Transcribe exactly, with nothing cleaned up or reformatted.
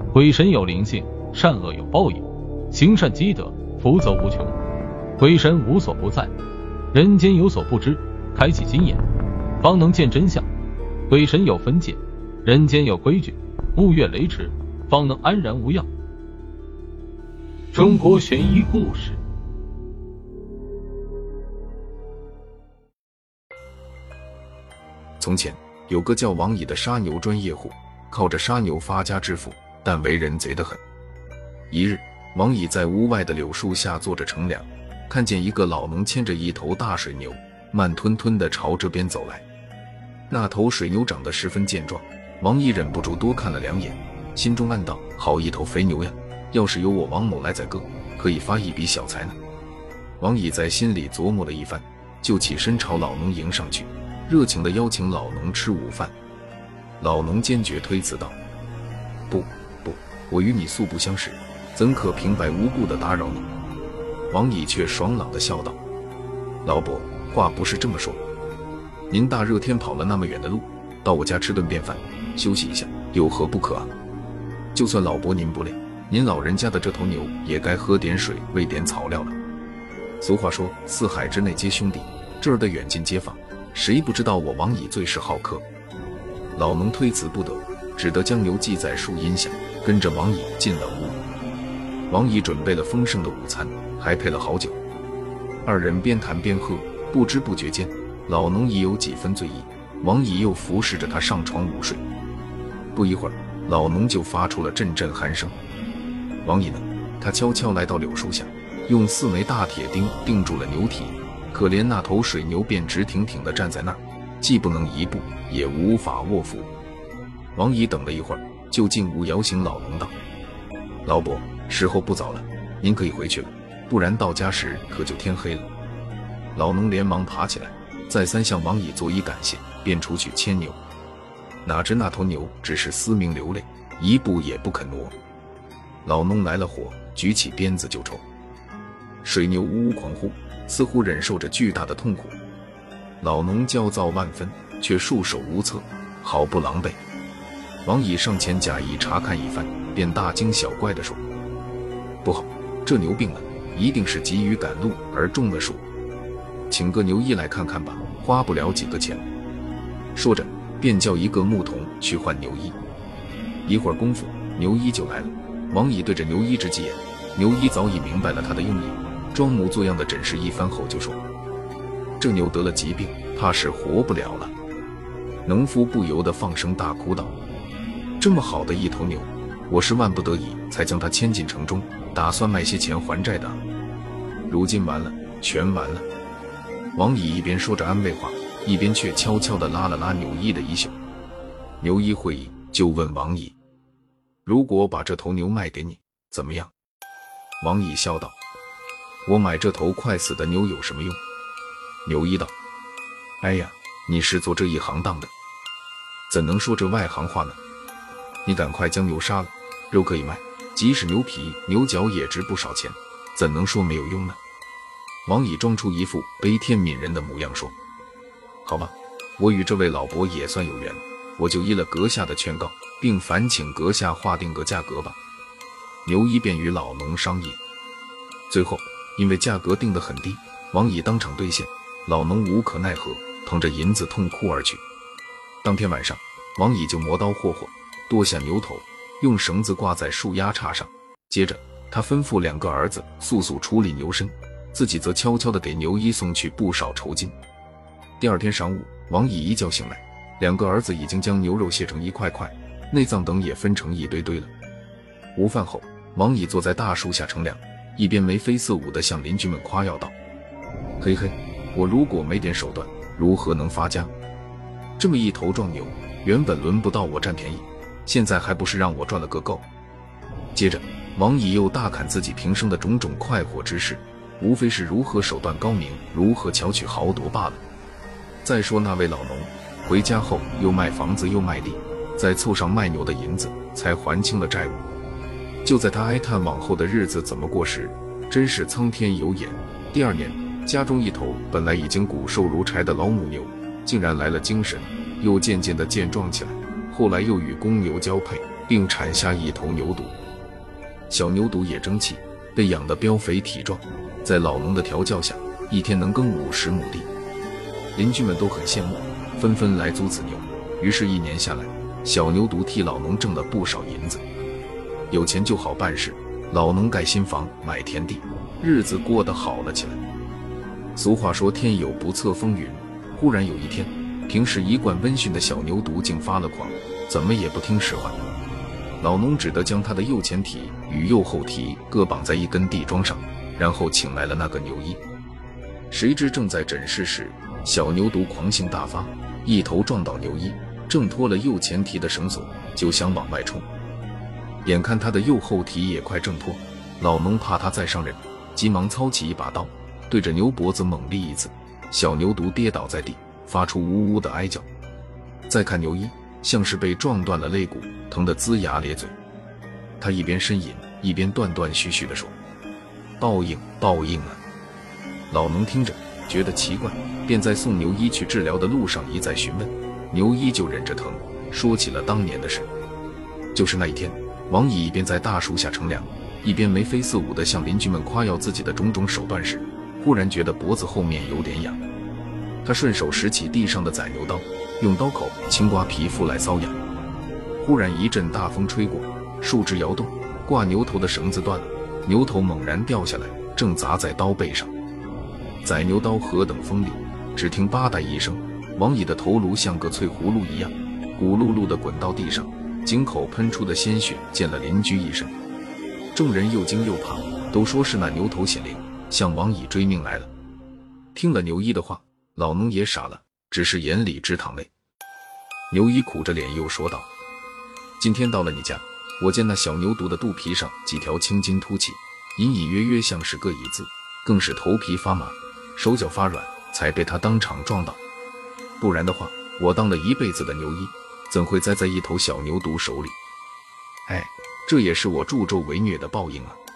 鬼神有灵性，善恶有报应，行善积德，福泽无穷。鬼神无所不在，人间有所不知，开启心眼，方能见真相。鬼神有分界，人间有规矩，勿越雷池，方能安然无恙。中国悬疑故事。 从前有个叫王乙的杀牛专业户，靠着杀牛发家致富，但为人贼得很。一日，王乙在屋外的柳树下坐着乘凉，看见一个老农牵着一头大水牛，慢吞吞地朝这边走来。那头水牛长得十分健壮，王乙忍不住多看了两眼，心中暗道：好一头肥牛呀！要是由我王某来宰割，可以发一笔小财呢。王乙在心里琢磨了一番，就起身朝老农迎上去，热情地邀请老农吃午饭。老农坚决推辞道：不不，我与你素不相识，怎可平白无故地打扰你？王乙却爽朗地笑道：老伯，话不是这么说，您大热天跑了那么远的路，到我家吃顿便饭，休息一下，有何不可啊？就算老伯您不累，您老人家的这头牛也该喝点水，喂点草料了。俗话说，四海之内皆兄弟，这儿的远近街坊，谁不知道我王乙最是好客？老农推辞不得，只得将牛系在树荫下，跟着王乙进了屋。王乙准备了丰盛的午餐，还配了好酒。二人边谈边喝，不知不觉间，老农已有几分醉意，王乙又服侍着他上床午睡。不一会儿，老农就发出了阵阵鼾声。王乙呢，他悄悄来到柳树下，用四枚大铁钉钉住了牛体，可怜那头水牛便直挺挺地站在那儿，既不能移步，也无法卧伏。王乙等了一会儿，就进屋摇醒老农道：老伯，时候不早了，您可以回去了，不然到家时可就天黑了。老农连忙爬起来，再三向王乙作揖感谢，便出去牵牛。哪知那头牛只是嘶鸣流泪，一步也不肯挪。老农来了火，举起鞭子就抽。水牛呜呜狂呼，似乎忍受着巨大的痛苦。老农焦躁万分，却束手无策，好不狼狈。王乙上前假意查看一番，便大惊小怪地说：不好，这牛病了，一定是急于赶路而中了暑，请个牛医来看看吧，花不了几个钱。说着便叫一个牧童去唤牛医。一会儿功夫，牛医就来了。王乙对着牛医直起眼，牛医早已明白了他的用意，装模作样的诊视一番后就说：这牛得了疾病，怕是活不了了。农夫不由得放声大哭道：这么好的一头牛，我是万不得已才将它牵进城中，打算卖些钱还债的，如今完了，全完了。王乙一边说着安慰话，一边却悄悄地拉了拉牛医的衣袖。牛医会意，就问王乙：如果把这头牛卖给你，怎么样？王乙笑道：我买这头快死的牛有什么用？牛医道：哎呀，你是做这一行当的，怎能说这外行话呢？你赶快将牛杀了，肉可以卖，即使牛皮牛角也值不少钱，怎能说没有用呢？王乙装出一副悲天悯人的模样说：好吧，我与这位老伯也算有缘，我就依了阁下的劝告，并烦请阁下划定个价格吧。牛医便与老农商议，最后因为价格定得很低，王乙当场兑现，老农无可奈何，捧着银子痛哭而去。当天晚上，王乙就磨刀霍霍，剁下牛头，用绳子挂在树丫叉上，接着他吩咐两个儿子速速处理牛身，自己则悄悄地给牛医送去不少酬金。第二天晌午，王乙一觉醒来，两个儿子已经将牛肉切成一块块，内脏等也分成一堆堆了。午饭后，王乙坐在大树下乘凉，一边眉飞色舞地向邻居们夸耀道：嘿嘿，我如果没点手段，如何能发家？这么一头壮牛，原本轮不到我占便宜，现在还不是让我赚了个够？接着王乙又大侃自己平生的种种快活之事，无非是如何手段高明，如何巧取豪夺罢了。再说那位老农回家后又卖房子又卖地，再凑上卖牛的银子，才还清了债务。就在他哀叹往后的日子怎么过时，真是苍天有眼。第二年，家中一头本来已经骨瘦如柴的老母牛，竟然来了精神，又渐渐地健壮起来。后来又与公牛交配， 并产下一头牛犊。小牛犊也争气，被养得膘肥体壮，在老农的调教下，一天能耕五十亩地。邻居们都很羡慕，纷纷来租此牛。于是，一年下来，小牛犊替老农挣了不少银子。有钱就好办事，老农盖新房，买田地，日子过得好了起来。俗话说天有不测风云，忽然有一天，平时一贯温驯的小牛犊竟发了狂，怎么也不听使唤。老农只得将他的右前蹄与右后蹄各绑在一根地桩上，然后请来了那个牛医。谁知正在诊视时，小牛犊狂性大发，一头撞倒牛医，挣脱了右前蹄的绳索，就想往外冲。眼看他的右后蹄也快挣脱，老农怕他再伤人，急忙操起一把刀，对着牛脖子猛力一刺，小牛犊跌倒在地，发出呜呜的哀叫。再看牛医，像是被撞断了肋骨，疼得龇牙咧嘴。他一边呻吟，一边断断续续地说：“报应，报应啊！”老农听着觉得奇怪，便在送牛医去治疗的路上一再询问，牛医就忍着疼说起了当年的事。就是那一天，王乙一边在大树下乘凉，一边眉飞色舞地向邻居们夸耀自己的种种手段时，忽然觉得脖子后面有点痒。他顺手拾起地上的宰牛刀，用刀口轻刮皮肤来瘙痒。忽然一阵大风吹过，树枝摇动，挂牛头的绳子断了，牛头猛然掉下来，正砸在刀背上。宰牛刀何等锋利，只听吧嗒一声，王乙的头颅像个脆葫芦一样，咕噜噜地滚到地上，井口喷出的鲜血溅了邻居一身。众人又惊又怕，都说是那牛头显灵，向王乙追命来了。听了牛医的话，老农也傻了，只是眼里直淌泪。牛医苦着脸又说道：“今天到了你家，我见那小牛犊的肚皮上几条青筋凸起，隐隐约约像是个一字，更是头皮发麻，手脚发软，才被他当场撞倒。不然的话，我当了一辈子的牛医，怎会栽在一头小牛犊手里？哎，这也是我助纣为虐的报应啊！”